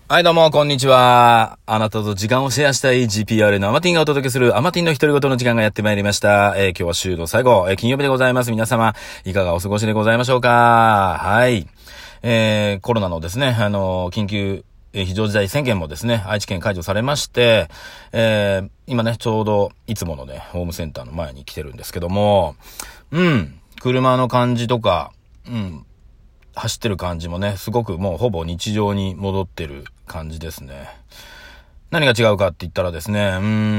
はいどうも、こんにちは。あなたと時間をシェアしたい GPR のアマティンがお届けするアマティンの独り言の時間がやってまいりました。今日は週の最後、金曜日でございます。皆様、いかがお過ごしでございましょうか。はい。コロナのですね、緊急、非常事態宣言もですね、愛知県解除されまして、今ね、ちょうどいつものね、ホームセンターの前に来てるんですけども、車の感じとか、走ってる感じもね、すごくもうほぼ日常に戻ってる感じですね。何が違うかって言ったらですね、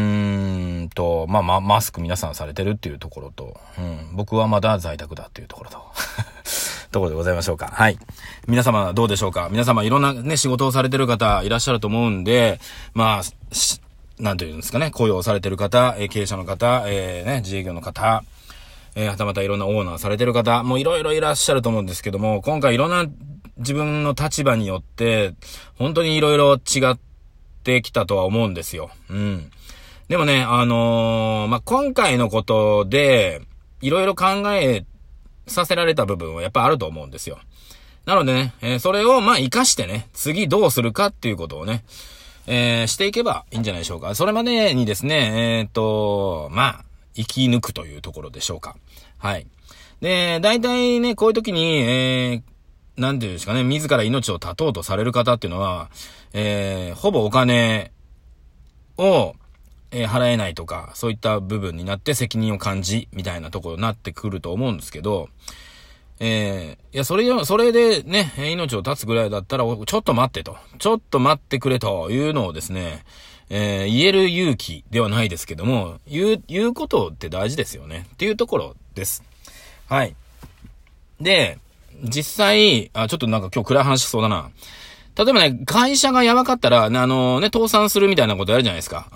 マスク皆さんされてるっていうところと、僕はまだ在宅だっていうところと、ところでございましょうか。はい。皆様どうでしょうか。皆様いろんなね、仕事をされてる方いらっしゃると思うんで、なんていうんですかね、雇用されてる方、経営者の方、自営業の方、はたまたいろんなオーナーされてる方、もういろいろいらっしゃると思うんですけども、今回いろんな自分の立場によって、本当にいろいろ違ってきたとは思うんですよ。でもね、今回のことで、いろいろ考えさせられた部分はやっぱあると思うんですよ。なのでね、それを活かしてね、次どうするかっていうことをね、していけばいいんじゃないでしょうか。それまでにですね、生き抜くというところでしょうか。はい。で、大体ね、こういう時に、なんていうんですかね、自ら命を絶とうとされる方っていうのは、ほぼお金を、払えないとか、そういった部分になって責任を感じ、みたいなところになってくると思うんですけど、それでね、命を絶つぐらいだったら、ちょっと待ってくれというのをですね、言える勇気ではないですけども、言うことって大事ですよね。っていうところです。はい。で、実際、ちょっとなんか今日暗い話しそうだな。例えばね、会社がやばかったら、倒産するみたいなことやるじゃないですか。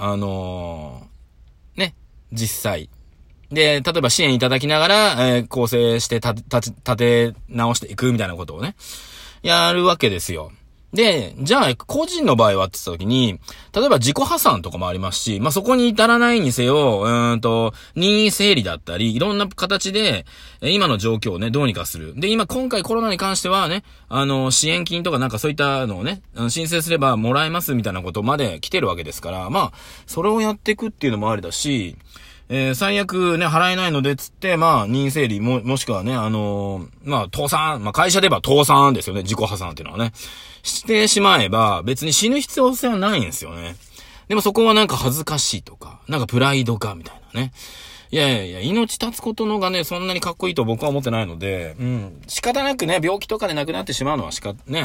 実際。で、例えば支援いただきながら、構成して立て直していくみたいなことをね、やるわけですよ。で、じゃあ、個人の場合はって言った時に、例えば自己破産とかもありますし、そこに至らないにせよ、任意整理だったり、いろんな形で、今の状況をね、どうにかする。で、今回コロナに関してはね、支援金とかなんかそういったのをね、申請すればもらえますみたいなことまで来てるわけですから、それをやっていくっていうのもありだし、最悪ね、払えないのでつって、任意整理もしくはね、倒産、会社で言えば倒産ですよね、自己破産っていうのはね。してしまえば、別に死ぬ必要性はないんですよね。でもそこはなんか恥ずかしいとか、なんかプライドか、みたいなね。いや、命絶つことのがね、そんなにかっこいいと僕は思ってないので、仕方なくね、病気とかで亡くなってしまうのは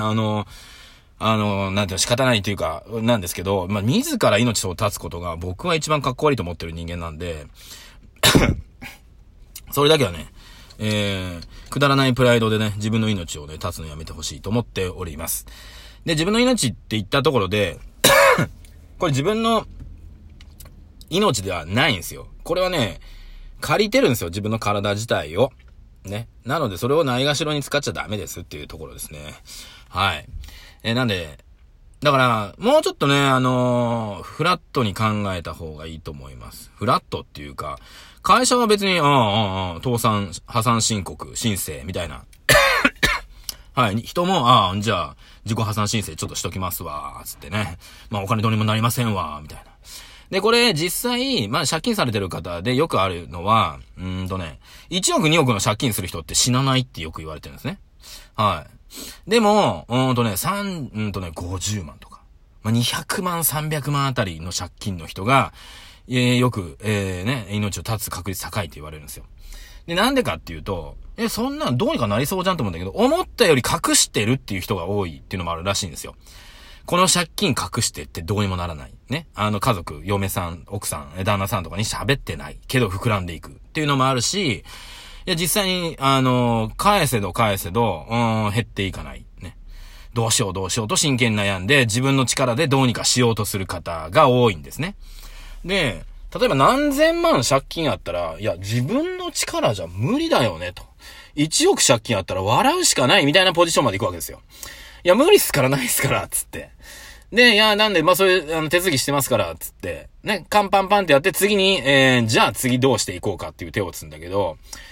なんて仕方ないというか、なんですけど、自ら命を絶つことが僕は一番かっこ悪いと思ってる人間なんで、それだけはね、くだらないプライドでね、自分の命をね、絶つのやめてほしいと思っております。で、自分の命って言ったところで、これ自分の命ではないんですよ。これはね、借りてるんですよ、自分の体自体を。ね。なので、それをないがしろに使っちゃダメですっていうところですね。はい。なんで、だから、もうちょっとね、フラットに考えた方がいいと思います。フラットっていうか、会社は別に、倒産、破産申請、みたいな。はい、人も、じゃあ、自己破産申請ちょっとしときますわ、つってね。お金どうにもなりませんわ、みたいな。で、これ、実際、借金されてる方でよくあるのは、1億2億の借金する人って死なないってよく言われてるんですね。はい。でも、50万とか、200万、300万あたりの借金の人が、よく、命を絶つ確率高いって言われるんですよ。で、なんでかっていうと、そんなんどうにかなりそうじゃんと思うんだけど、思ったより隠してるっていう人が多いっていうのもあるらしいんですよ。この借金隠してってどうにもならない。ね。家族、嫁さん、奥さん、旦那さんとかに喋ってない。けど膨らんでいくっていうのもあるし、実際に、返せど、減っていかない。ね。どうしようと真剣に悩んで、自分の力でどうにかしようとする方が多いんですね。で、例えば何千万借金あったら、自分の力じゃ無理だよね、と。1億借金あったら笑うしかないみたいなポジションまで行くわけですよ。無理っすからないっすから、つって。で、なんで、そういう、手続きしてますから、つって。ね、カンパンパンってやって、次に、じゃあ次どうしていこうかっていう手を打つんだけど、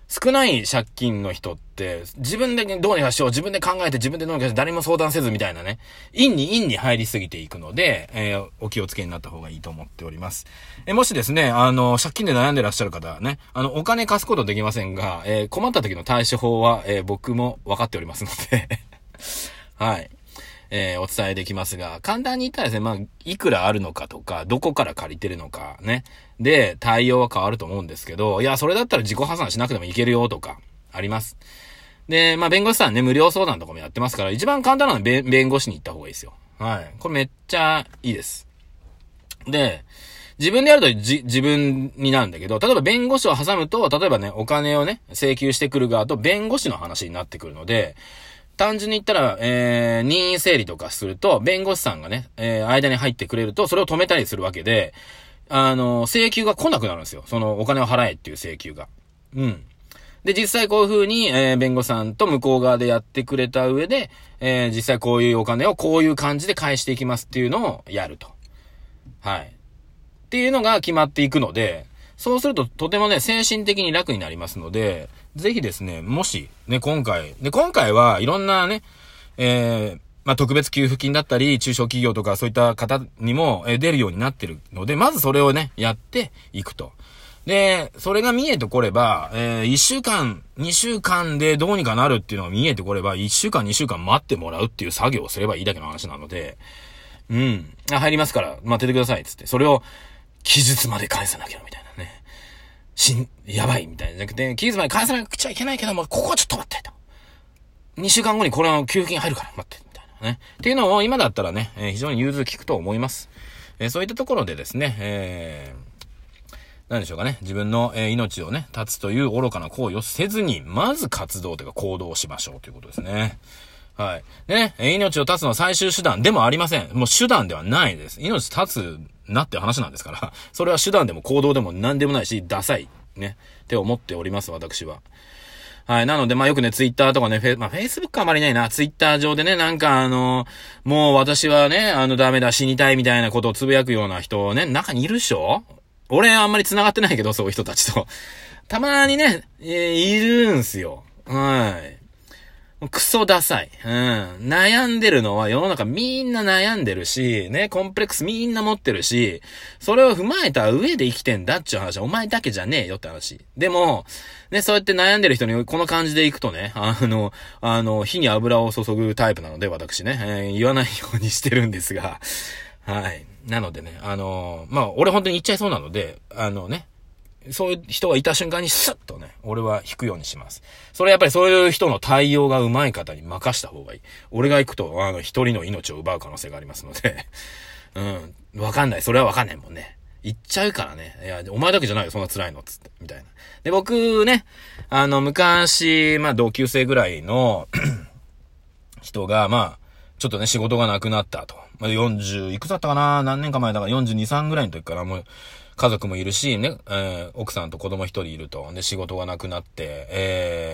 少ない借金の人って、自分でどうにかしよう、自分で考えて自分でどうにかして誰も相談せずみたいなね、陰に入りすぎていくので、お気をつけになった方がいいと思っております。もしですね、借金で悩んでらっしゃる方ね、お金貸すことできませんが、困った時の対処法は、僕も分かっておりますので、はい。お伝えできますが、簡単に言ったらですね、まあ、いくらあるのかとか、どこから借りてるのかね。で、対応は変わると思うんですけど、いや、それだったら自己破産しなくてもいけるよとか、あります。で、まあ、弁護士さんね、無料相談とかもやってますから、一番簡単なのは弁護士に行った方がいいですよ。はい。これめっちゃいいです。で、自分でやると自分になるんだけど、例えば弁護士を挟むと、例えばね、お金をね、請求してくる側と弁護士の話になってくるので、単純に言ったら、任意整理とかすると、弁護士さんがね、間に入ってくれると、それを止めたりするわけで、請求が来なくなるんですよ。そのお金を払えっていう請求が。うん。で、実際こういう風に、弁護士さんと向こう側でやってくれた上で、実際こういうお金をこういう感じで返していきますっていうのをやると。はい。っていうのが決まっていくので、そうするととてもね、精神的に楽になりますので、ぜひですね、もし、ね、今回はいろんなね、まあ、特別給付金だったり、中小企業とかそういった方にも、出るようになってるので、まずそれをね、やっていくと。で、それが見えてこれば、1週間、2週間でどうにかなるっていうのが見えてこれば、1週間、2週間待ってもらうっていう作業をすればいいだけの話なので、うん。入りますから、待っててください、つって。それを、期日まで返さなきゃ、みたいなね。やばい、みたいな。じゃなくて、期日まで返さなくちゃいけないけども、ここはちょっと待って、と。2週間後にこれの給付金入るから、待って、みたいなね。っていうのを今だったらね、非常に融通効くと思います。そういったところでですね、何でしょうかね。自分の、命をね、絶つという愚かな行為をせずに、まず活動というか行動をしましょうということですね。はい。でね、命を絶つのは最終手段でもありません。もう手段ではないです。命絶つなって話なんですから、それは手段でも行動でも何でもないし、ダサい。ね。って思っております、私は。はい。なので、まあよくね、ツイッターとかね、フェイスブックあまりないな。ツイッター上でね、なんかもう私はね、ダメだ、死にたいみたいなことをつぶやくような人ね、中にいるでしょ？俺あんまり繋がってないけど、そういう人たちと。たまにね、いるんすよ。はい。クソダサい。悩んでるのは世の中みんな悩んでるし、ね、コンプレックスみんな持ってるし、それを踏まえた上で生きてんだっちゅう話はお前だけじゃねえよって話。でも、ね、そうやって悩んでる人にこの感じでいくとね、火に油を注ぐタイプなので私ね、言わないようにしてるんですが、はい。なのでね、まあ、俺本当に言っちゃいそうなので、ね、そういう人がいた瞬間にスッとね、俺は引くようにします。それやっぱりそういう人の対応が上手い方に任した方がいい。俺が行くと、一人の命を奪う可能性がありますので、わかんない。それはわかんないもんね。言っちゃうからね。いや、お前だけじゃないよ、そんな辛いの、つって、みたいな。で、僕ね、昔、まあ、同級生ぐらいの人が、まあ、ちょっとね、仕事がなくなったと。まあ、40、いくつだったかな？何年か前だから42、3ぐらいの時からもう、家族もいるし、ね、奥さんと子供一人いると。で、仕事がなくなって、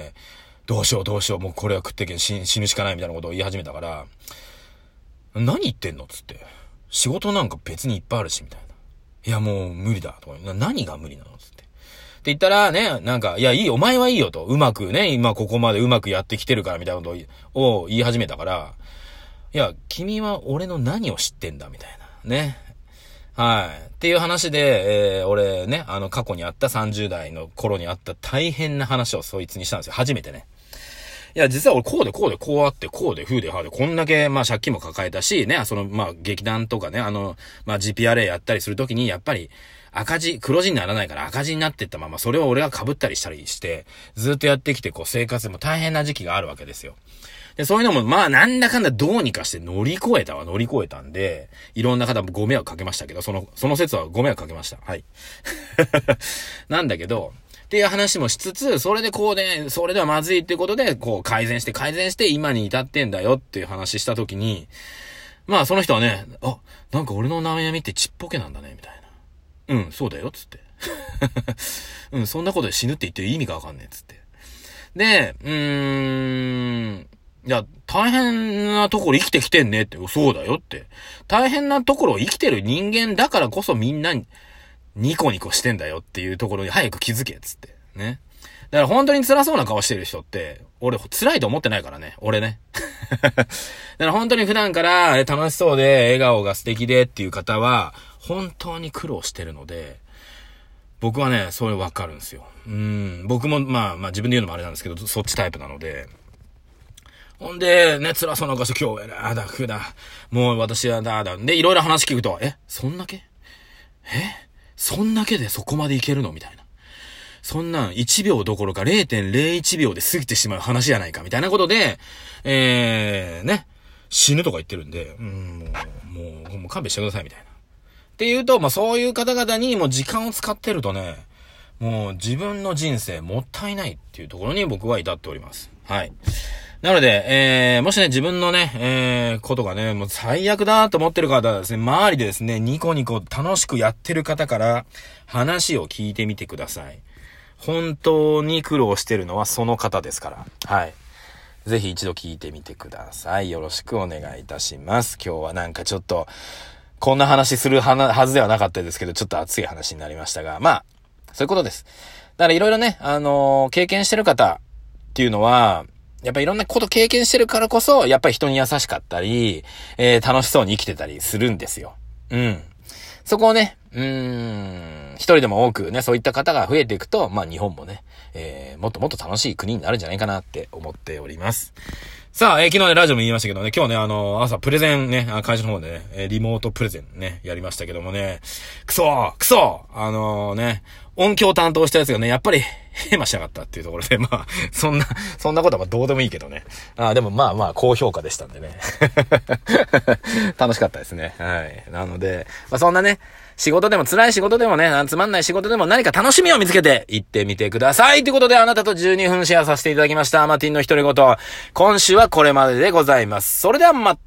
どうしよう、もうこれは食ってけん、死ぬしかないみたいなことを言い始めたから、何言ってんのつって。仕事なんか別にいっぱいあるし、みたいな。いや、もう無理だ、とか。何が無理なのつって。って言ったらね、なんか、いや、いい、お前はいいよと。うまくね、今ここまでうまくやってきてるから、みたいなことを言い始めたから、いや、君は俺の何を知ってんだ、みたいな。ね。はい。っていう話で、俺ね、過去にあった30代の頃にあった大変な話をそいつにしたんですよ。初めてね。いや、実は俺こうでこうあって、こうで、風で、はで、こんだけ、まあ借金も抱えたし、ね、まあ劇団とかね、まあ GPRA やったりするときに、やっぱり、黒字にならないから赤字になってったまま、それを俺が被ったりしたりして、ずっとやってきて、こう生活でも大変な時期があるわけですよ。で、そういうのも、まあ、なんだかんだどうにかして乗り越えたんで、いろんな方もご迷惑かけましたけど、その説はご迷惑かけました。はい。なんだけど、っていう話もしつつ、それでこうね、それではまずいっていうことで、こう改善して今に至ってんだよっていう話したときに、まあその人はね、なんか俺の悩みってちっぽけなんだね、みたいな。そうだよ、つって。そんなことで死ぬって言ってる意味がわかんねえ、つって。で、いや、大変なところ生きてきてんねって、そうだよって。大変なところを生きてる人間だからこそみんなにニコニコしてんだよっていうところに早く気づけ、つって。ね。 だから本当に辛そうな顔してる人って、俺辛いと思ってないからね。俺ね。だから本当に普段から楽しそうで笑顔が素敵でっていう方は、本当に苦労してるので、僕はね、それわかるんですよ。僕もまあ自分で言うのもあれなんですけど、そっちタイプなので。ほんで、ね、辛そうな顔して今日はふだ。もう私はだ。で、いろいろ話聞くと、そんだけでそこまでいけるのみたいな。そんなん1秒どころか 0.01 秒で過ぎてしまう話じゃないかみたいなことで、ね、死ぬとか言ってるんで、もう勘弁してくださいみたいな。っていうと、そういう方々にもう時間を使ってるとね、もう自分の人生もったいないっていうところに僕は至っております。はい。なので、もしね、自分のね、ことがね、もう最悪だと思ってる方はですね、周りでですね、ニコニコ楽しくやってる方から話を聞いてみてください。本当に苦労してるのはその方ですから。はい。ぜひ一度聞いてみてください。よろしくお願いいたします。今日はなんかちょっと、こんな話するはずではなかったですけど、ちょっと熱い話になりましたが、そういうことです。だからいろいろね、経験してる方っていうのは、やっぱいろんなこと経験してるからこそ、やっぱり人に優しかったり、楽しそうに生きてたりするんですよ。そこをね、一人でも多くね、そういった方が増えていくと、日本もね、もっともっと楽しい国になるんじゃないかなって思っております。さあ、昨日ね、ラジオも言いましたけどね、今日ね、朝プレゼンね、会社の方でね、リモートプレゼンね、やりましたけどもね、くそ音響担当したやつがね、やっぱり、ヘマしなかったっていうところで、そんなことはどうでもいいけどね。でも高評価でしたんでね。楽しかったですね。はい。なので、そんなね、仕事でも辛い仕事でもね、つまんない仕事でも何か楽しみを見つけて行ってみてください。ということであなたと12分シェアさせていただきました。マティンの独り言。今週はこれまででございます。それではまた。